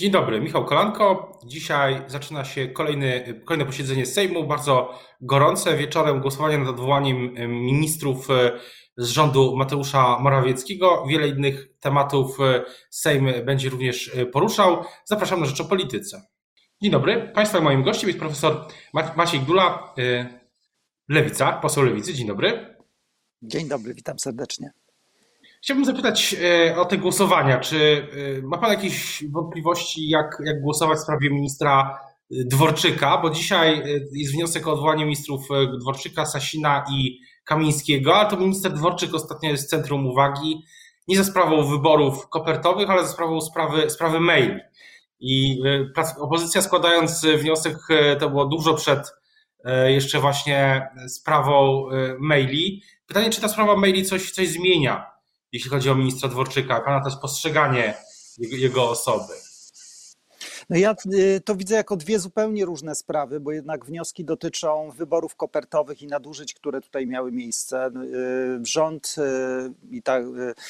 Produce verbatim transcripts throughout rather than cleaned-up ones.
Dzień dobry, Michał Kolanko. Dzisiaj zaczyna się kolejny, kolejne posiedzenie Sejmu, bardzo gorące. Wieczorem głosowanie nad odwołaniem ministrów z rządu Mateusza Morawieckiego. Wiele innych tematów Sejm będzie również poruszał. Zapraszam na Rzecz o Polityce. Dzień dobry, Państwa moim gościem jest profesor Maciej Gdula, Lewica, poseł Lewicy. Dzień dobry. Dzień dobry, witam serdecznie. Chciałbym zapytać o te głosowania. Czy ma Pan jakieś wątpliwości, jak, jak głosować w sprawie ministra Dworczyka? Bo dzisiaj jest wniosek o odwołanie ministrów Dworczyka, Sasina i Kamińskiego, ale to minister Dworczyk ostatnio jest w centrum uwagi nie za sprawą wyborów kopertowych, ale za sprawą sprawy, sprawy maili. I opozycja, składając wniosek, to było dużo przed jeszcze właśnie sprawą maili. Pytanie, czy ta sprawa maili coś, coś zmienia, jeśli chodzi o ministra Dworczyka, Pana to postrzeganie jego, jego osoby? No ja to widzę jako dwie zupełnie różne sprawy, bo jednak wnioski dotyczą wyborów kopertowych i nadużyć, które tutaj miały miejsce. Rząd i ta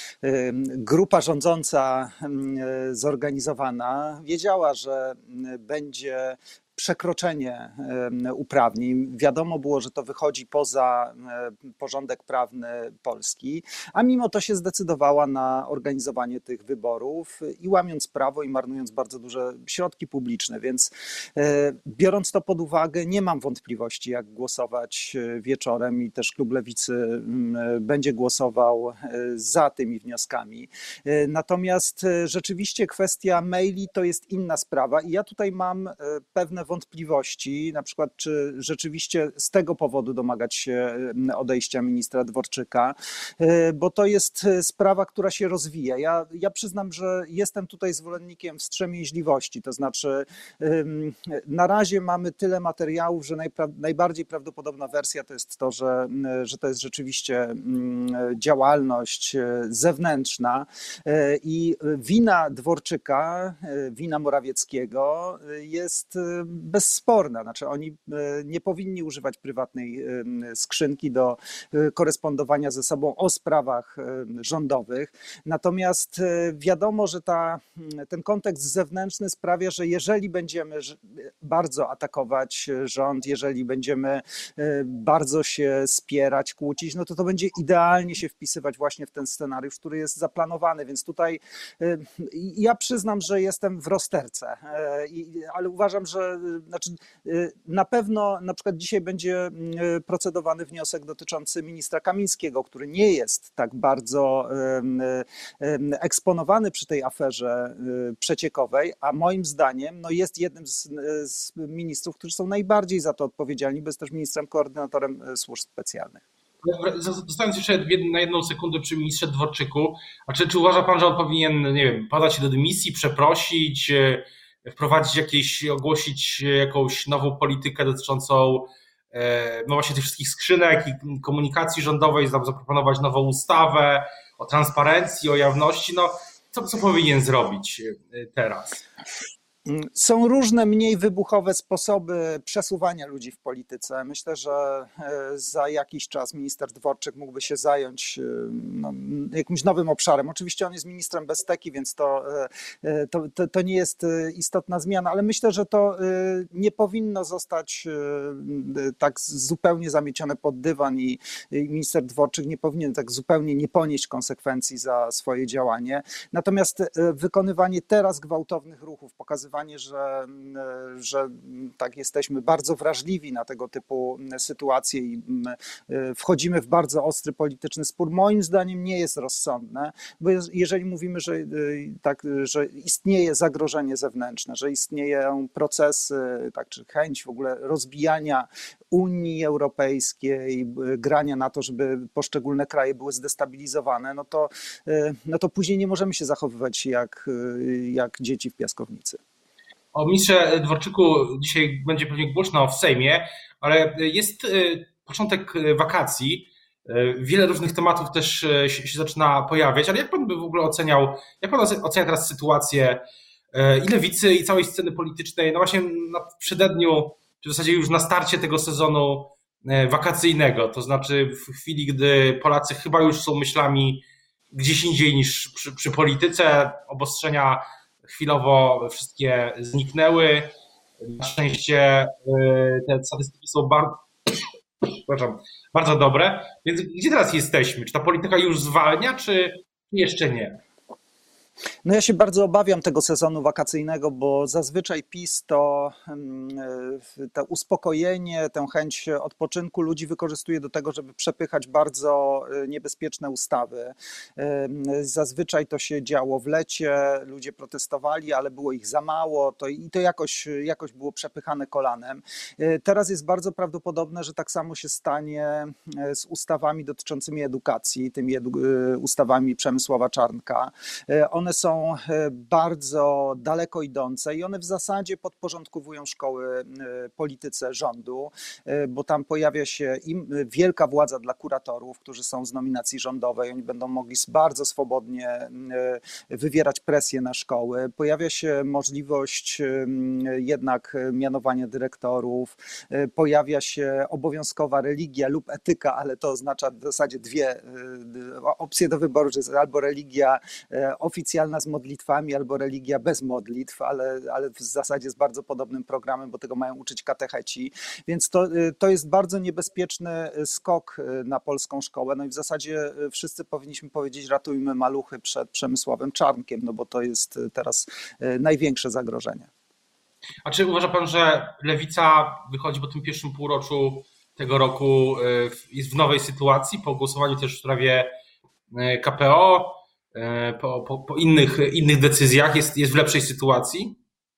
grupa rządząca zorganizowana wiedziała, że będzie przekroczenie uprawnień. Wiadomo było, że to wychodzi poza porządek prawny Polski, a mimo to się zdecydowała na organizowanie tych wyborów i łamiąc prawo i marnując bardzo duże środki publiczne, więc biorąc to pod uwagę, nie mam wątpliwości, jak głosować wieczorem i też klub Lewicy będzie głosował za tymi wnioskami. Natomiast rzeczywiście kwestia maili to jest inna sprawa i ja tutaj mam pewne wątpliwości, na przykład czy rzeczywiście z tego powodu domagać się odejścia ministra Dworczyka, bo to jest sprawa, która się rozwija. Ja, ja przyznam, że jestem tutaj zwolennikiem wstrzemięźliwości, to znaczy na razie mamy tyle materiałów, że najpra- najbardziej prawdopodobna wersja to jest to, że, że to jest rzeczywiście działalność zewnętrzna i wina Dworczyka, wina Morawieckiego jest bezsporna. Znaczy oni nie powinni używać prywatnej skrzynki do korespondowania ze sobą o sprawach rządowych. Natomiast wiadomo, że ta, ten kontekst zewnętrzny sprawia, że jeżeli będziemy bardzo atakować rząd, jeżeli będziemy bardzo się spierać, kłócić, no to to będzie idealnie się wpisywać właśnie w ten scenariusz, który jest zaplanowany. Więc tutaj ja przyznam, że jestem w rozterce, ale uważam, że znaczy, na pewno na przykład dzisiaj będzie procedowany wniosek dotyczący ministra Kamińskiego, który nie jest tak bardzo eksponowany przy tej aferze przeciekowej, a moim zdaniem no jest jednym z, z ministrów, którzy są najbardziej za to odpowiedzialni, bo jest też ministrem koordynatorem służb specjalnych. Zostając jeszcze na jedną sekundę przy ministrze Dworczyku, a czy, czy uważa Pan, że on powinien, nie wiem, podać się do dymisji, przeprosić, wprowadzić jakieś, ogłosić jakąś nową politykę dotyczącą no właśnie tych wszystkich skrzynek i komunikacji rządowej, zaproponować nową ustawę o transparencji, o jawności, no co, co powinien zrobić teraz? Są różne mniej wybuchowe sposoby przesuwania ludzi w polityce. Myślę, że za jakiś czas minister Dworczyk mógłby się zająć no, jakimś nowym obszarem. Oczywiście on jest ministrem bez teki, więc to, to, to, to nie jest istotna zmiana, ale myślę, że to nie powinno zostać tak zupełnie zamiecione pod dywan i minister Dworczyk nie powinien tak zupełnie nie ponieść konsekwencji za swoje działanie. Natomiast wykonywanie teraz gwałtownych ruchów, pokazywanie Że, że tak jesteśmy bardzo wrażliwi na tego typu sytuacje i wchodzimy w bardzo ostry polityczny spór, moim zdaniem nie jest rozsądne, bo jeżeli mówimy, że, tak, że istnieje zagrożenie zewnętrzne, że istnieją procesy, tak, czy chęć w ogóle rozbijania Unii Europejskiej, grania na to, żeby poszczególne kraje były zdestabilizowane, no to, no to później nie możemy się zachowywać jak, jak dzieci w piaskownicy. O ministrze Dworczyku dzisiaj będzie pewnie głośno w Sejmie, ale jest początek wakacji. Wiele różnych tematów też się zaczyna pojawiać, ale jak pan by w ogóle oceniał, jak pan ocenia teraz sytuację i lewicy, i całej sceny politycznej, no właśnie w przededniu, czy w zasadzie już na starcie tego sezonu wakacyjnego, to znaczy w chwili, gdy Polacy chyba już są myślami gdzieś indziej niż przy, przy polityce, obostrzenia chwilowo wszystkie zniknęły. Na szczęście te statystyki są bardzo, przepraszam, bardzo dobre. Więc gdzie teraz jesteśmy? Czy ta polityka już zwalnia, czy jeszcze nie? No ja się bardzo obawiam tego sezonu wakacyjnego, bo zazwyczaj PiS to mm, e, to uspokojenie, tę chęć odpoczynku ludzi wykorzystuje do tego, żeby przepychać bardzo e, niebezpieczne ustawy. E, Zazwyczaj to się działo w lecie, ludzie protestowali, ale było ich za mało to, i to jakoś, jakoś było przepychane kolanem. E, Teraz jest bardzo prawdopodobne, że tak samo się stanie e, z ustawami dotyczącymi edukacji, tymi edu, e, ustawami Przemysława Czarnka. E, One są bardzo daleko idące i one w zasadzie podporządkowują szkoły polityce rządu, bo tam pojawia się im wielka władza dla kuratorów, którzy są z nominacji rządowej. Oni będą mogli bardzo swobodnie wywierać presję na szkoły. Pojawia się możliwość jednak mianowania dyrektorów. Pojawia się obowiązkowa religia lub etyka, ale to oznacza w zasadzie dwie opcje do wyboru, że jest albo religia oficjalna z modlitwami, albo religia bez modlitw, ale, ale w zasadzie z bardzo podobnym programem, bo tego mają uczyć katecheci. Więc to, to jest bardzo niebezpieczny skok na polską szkołę. No i w zasadzie wszyscy powinniśmy powiedzieć, ratujmy maluchy przed Przemysławem Czarnkiem, no bo to jest teraz największe zagrożenie. A czy uważa pan, że Lewica wychodzi po tym pierwszym półroczu tego roku, jest w nowej sytuacji po głosowaniu też w sprawie K P O, po, po, po innych, innych decyzjach, jest, jest w lepszej sytuacji?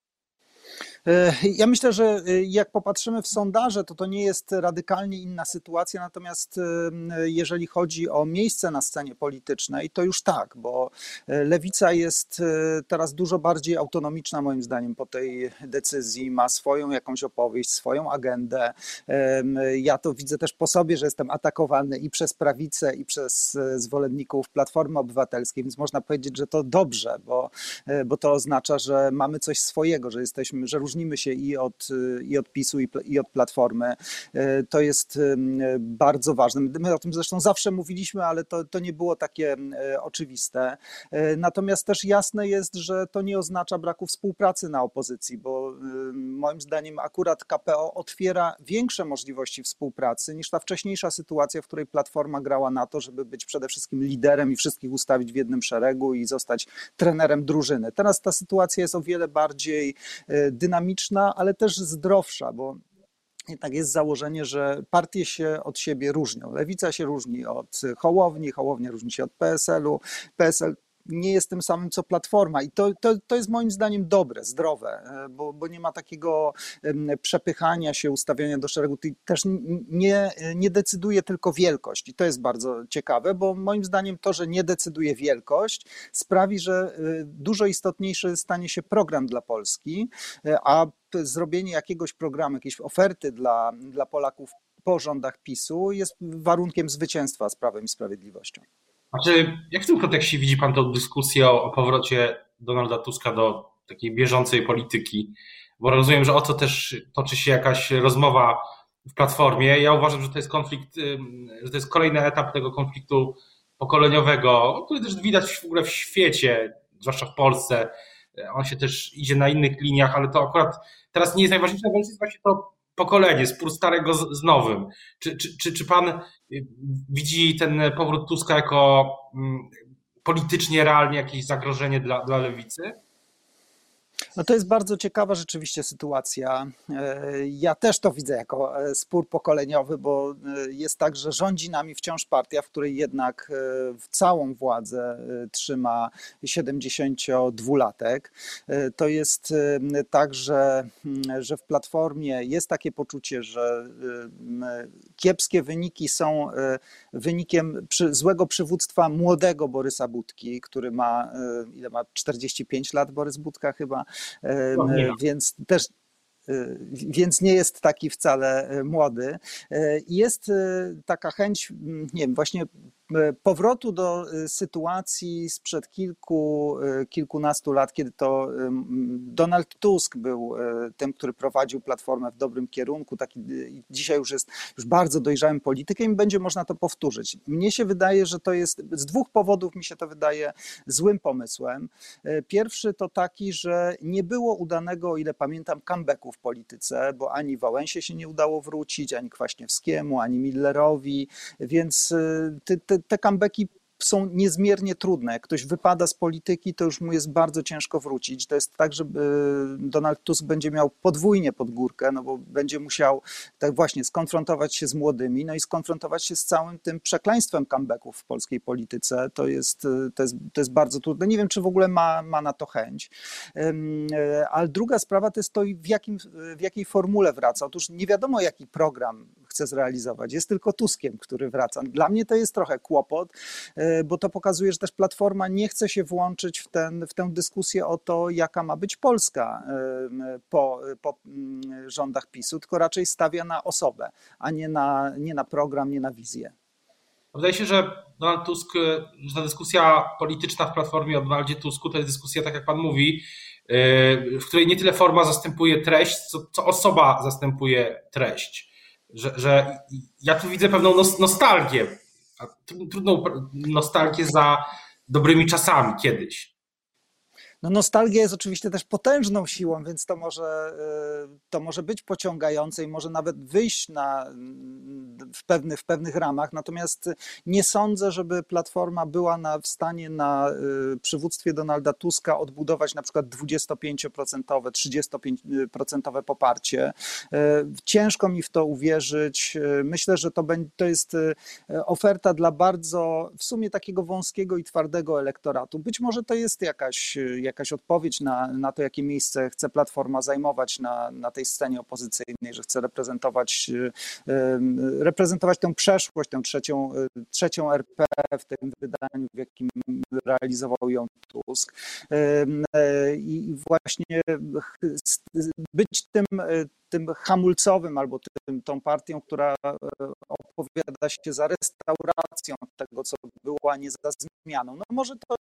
Ja myślę, że jak popatrzymy w sondaże, to to nie jest radykalnie inna sytuacja, natomiast jeżeli chodzi o miejsce na scenie politycznej, to już tak, bo Lewica jest teraz dużo bardziej autonomiczna moim zdaniem po tej decyzji, ma swoją jakąś opowieść, swoją agendę. Ja to widzę też po sobie, że jestem atakowany i przez prawicę, i przez zwolenników Platformy Obywatelskiej, więc można powiedzieć, że to dobrze, bo, bo to oznacza, że mamy coś swojego, że jesteśmy, że różnimy się i od, i od PiSu, i, i od Platformy. To jest bardzo ważne. My o tym zresztą zawsze mówiliśmy, ale to, to nie było takie oczywiste. Natomiast też jasne jest, że to nie oznacza braku współpracy na opozycji, bo moim zdaniem akurat K P O otwiera większe możliwości współpracy niż ta wcześniejsza sytuacja, w której Platforma grała na to, żeby być przede wszystkim liderem i wszystkich ustawić w jednym szeregu i zostać trenerem drużyny. Teraz ta sytuacja jest o wiele bardziej dynamiczna, ale też zdrowsza, bo jednak jest założenie, że partie się od siebie różnią. Lewica się różni od Hołowni, Hołownia różni się od P S L-u, P S L nie jest tym samym co Platforma i to, to, to jest moim zdaniem dobre, zdrowe, bo, bo nie ma takiego przepychania się, ustawiania do szeregu, też nie, nie decyduje tylko wielkość i to jest bardzo ciekawe, bo moim zdaniem to, że nie decyduje wielkość, sprawi, że dużo istotniejszy stanie się program dla Polski, a zrobienie jakiegoś programu, jakiejś oferty dla, dla Polaków po rządach PiSu jest warunkiem zwycięstwa z Prawem i Sprawiedliwością. Znaczy, jak w tym kontekście widzi pan tę dyskusję o, o powrocie Donalda Tuska do takiej bieżącej polityki? Bo rozumiem, że o to też toczy się jakaś rozmowa w Platformie. Ja uważam, że to jest konflikt, że to jest kolejny etap tego konfliktu pokoleniowego, który też widać w ogóle w świecie, zwłaszcza w Polsce. On się też idzie na innych liniach, ale to akurat teraz nie jest najważniejsze, najważniejsze jest właśnie to pokolenie, spór starego z, z nowym. Czy, czy, czy, czy pan widzi ten powrót Tuska jako politycznie, realnie jakieś zagrożenie dla, dla lewicy? No to jest bardzo ciekawa rzeczywiście sytuacja. Ja też to widzę jako spór pokoleniowy, bo jest tak, że rządzi nami wciąż partia, w której jednak całą władzę trzyma siedemdziesięciodwulatek. To jest tak, że, że w Platformie jest takie poczucie, że kiepskie wyniki są wynikiem przy, złego przywództwa młodego Borysa Budki, który ma, ile ma, czterdzieści pięć lat Borys Budka chyba, no, więc też więc nie jest taki wcale młody. Jest taka chęć, nie wiem, właśnie powrotu do sytuacji sprzed kilku, kilkunastu lat, kiedy to Donald Tusk był tym, który prowadził Platformę w dobrym kierunku, taki dzisiaj już jest już bardzo dojrzałym politykiem i będzie można to powtórzyć. Mnie się wydaje, że to jest, z dwóch powodów mi się to wydaje złym pomysłem. Pierwszy to taki, że nie było udanego, o ile pamiętam, comebacku w polityce, bo ani Wałęsie się nie udało wrócić, ani Kwaśniewskiemu, ani Millerowi, więc te, te, te comebacki są niezmiernie trudne. Jak ktoś wypada z polityki, to już mu jest bardzo ciężko wrócić. To jest tak, że Donald Tusk będzie miał podwójnie pod górkę, no bo będzie musiał tak właśnie skonfrontować się z młodymi, no i skonfrontować się z całym tym przekleństwem comebacków w polskiej polityce. To jest, to jest, to jest bardzo trudne. Nie wiem, czy w ogóle ma, ma na to chęć. Ale druga sprawa to jest to, w, jakim, w jakiej formule wraca. Otóż nie wiadomo, jaki program chce zrealizować. Jest tylko Tuskiem, który wraca. Dla mnie to jest trochę kłopot, bo to pokazuje, że też Platforma nie chce się włączyć w, ten, w tę dyskusję o to, jaka ma być Polska po, po rządach PiSu, tylko raczej stawia na osobę, a nie na, nie na program, nie na wizję. Wydaje się, że Donald Tusk, że ta dyskusja polityczna w Platformie o Donaldzie Tusku to jest dyskusja, tak jak pan mówi, w której nie tyle forma zastępuje treść, co, co osoba zastępuje treść. Że, że ja tu widzę pewną nostalgię, trudną nostalgię za dobrymi czasami kiedyś. No nostalgia jest oczywiście też potężną siłą, więc to może, to może być pociągające i może nawet wyjść na, w, pewnych, w pewnych ramach. Natomiast nie sądzę, żeby Platforma była na, w stanie na przywództwie Donalda Tuska odbudować na przykład dwudziestopięcioprocentowe, trzydziestopięcioprocentowe poparcie. Ciężko mi w to uwierzyć. Myślę, że to, będzie, to jest oferta dla bardzo w sumie takiego wąskiego i twardego elektoratu. Być może to jest jakaś jakaś odpowiedź na, na to, jakie miejsce chce Platforma zajmować na, na tej scenie opozycyjnej, że chce reprezentować, reprezentować tę przeszłość, tę trzecią, trzecią R P w tym wydaniu, w jakim realizował ją Tusk. I właśnie być tym, tym hamulcowym albo tym, tą partią, która opowiada się za restauracją tego, co było, a nie za zmianą. No może to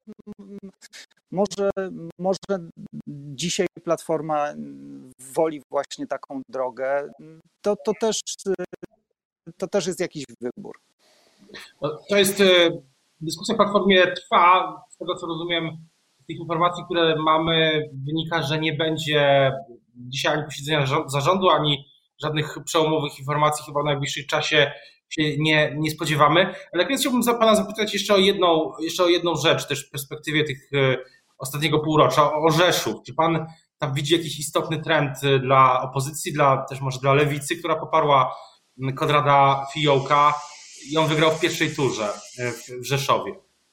Może, może dzisiaj Platforma woli właśnie taką drogę. To, to, też, to też jest jakiś wybór. To jest, dyskusja w Platformie trwa. Z tego co rozumiem, z tych informacji, które mamy, wynika, że nie będzie dzisiaj ani posiedzenia zarządu, ani żadnych przełomowych informacji chyba w najbliższym czasie się nie, nie spodziewamy. Ale więc chciałbym pana zapytać jeszcze o jedną, jeszcze o jedną rzecz, też w perspektywie tych ostatniego półrocza, o Rzeszów. Czy pan tam widzi jakiś istotny trend dla opozycji, dla, też może dla lewicy, która poparła Konrada Fiołka i on wygrał w pierwszej turze w Rzeszowie?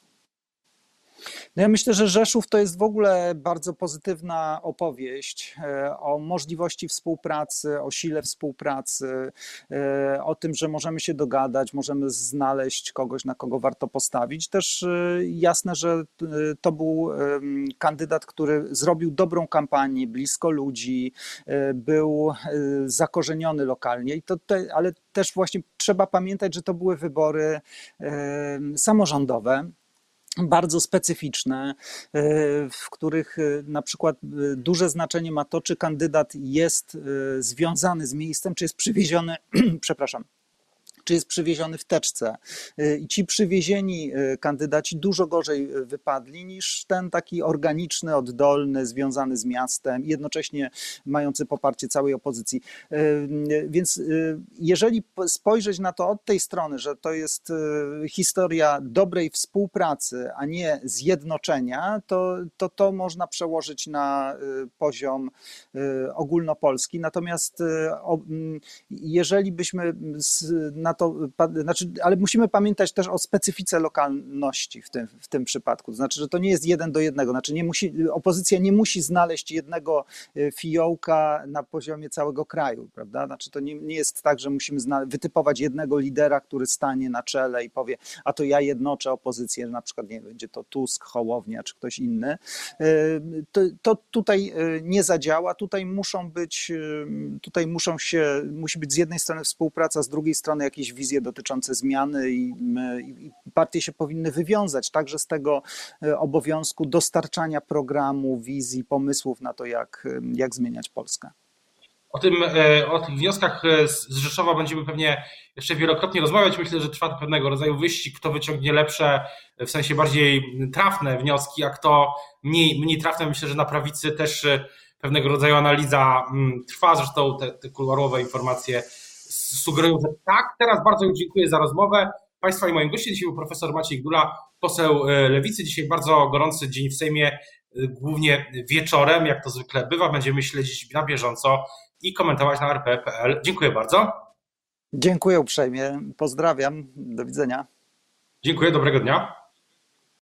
No ja myślę, że Rzeszów to jest w ogóle bardzo pozytywna opowieść o możliwości współpracy, o sile współpracy, o tym, że możemy się dogadać, możemy znaleźć kogoś, na kogo warto postawić. Też jasne, że to był kandydat, który zrobił dobrą kampanię, blisko ludzi, był zakorzeniony lokalnie, i to te, ale też właśnie trzeba pamiętać, że to były wybory samorządowe, bardzo specyficzne, w których na przykład duże znaczenie ma to, czy kandydat jest związany z miejscem, czy jest przywieziony, przepraszam, czy jest przywieziony w teczce. I ci przywiezieni kandydaci dużo gorzej wypadli niż ten taki organiczny, oddolny, związany z miastem, jednocześnie mający poparcie całej opozycji. Więc jeżeli spojrzeć na to od tej strony, że to jest historia dobrej współpracy, a nie zjednoczenia, to to, to można przełożyć na poziom ogólnopolski. Natomiast jeżeli byśmy na to, znaczy, ale musimy pamiętać też o specyfice lokalności w tym, w tym przypadku. To znaczy, że to nie jest jeden do jednego. Znaczy nie musi, opozycja nie musi znaleźć jednego Fiołka na poziomie całego kraju, prawda? Znaczy to nie, nie jest tak, że musimy zna- wytypować jednego lidera, który stanie na czele i powie, a to ja jednoczę opozycję, że na przykład nie będzie to Tusk, Hołownia czy ktoś inny. To, to tutaj nie zadziała. Tutaj muszą być, tutaj muszą się, musi być z jednej strony współpraca, z drugiej strony jakieś jakieś wizje dotyczące zmiany i, i partie się powinny wywiązać także z tego obowiązku dostarczania programu, wizji, pomysłów na to, jak, jak zmieniać Polskę. O tym, o tych wnioskach z Rzeszowa będziemy pewnie jeszcze wielokrotnie rozmawiać. Myślę, że trwa to pewnego rodzaju wyścig, kto wyciągnie lepsze, w sensie bardziej trafne wnioski, a kto mniej, mniej trafne. Myślę, że na prawicy też pewnego rodzaju analiza trwa. Zresztą te, te kuluarowe informacje sugerują, że tak. Teraz bardzo dziękuję za rozmowę. Państwa i moim gościem dzisiaj był profesor Maciej Gdula, poseł Lewicy. Dzisiaj bardzo gorący dzień w Sejmie, głównie wieczorem, jak to zwykle bywa. Będziemy śledzić na bieżąco i komentować na r p kropka p l. Dziękuję bardzo. Dziękuję uprzejmie. Pozdrawiam. Do widzenia. Dziękuję. Dobrego dnia.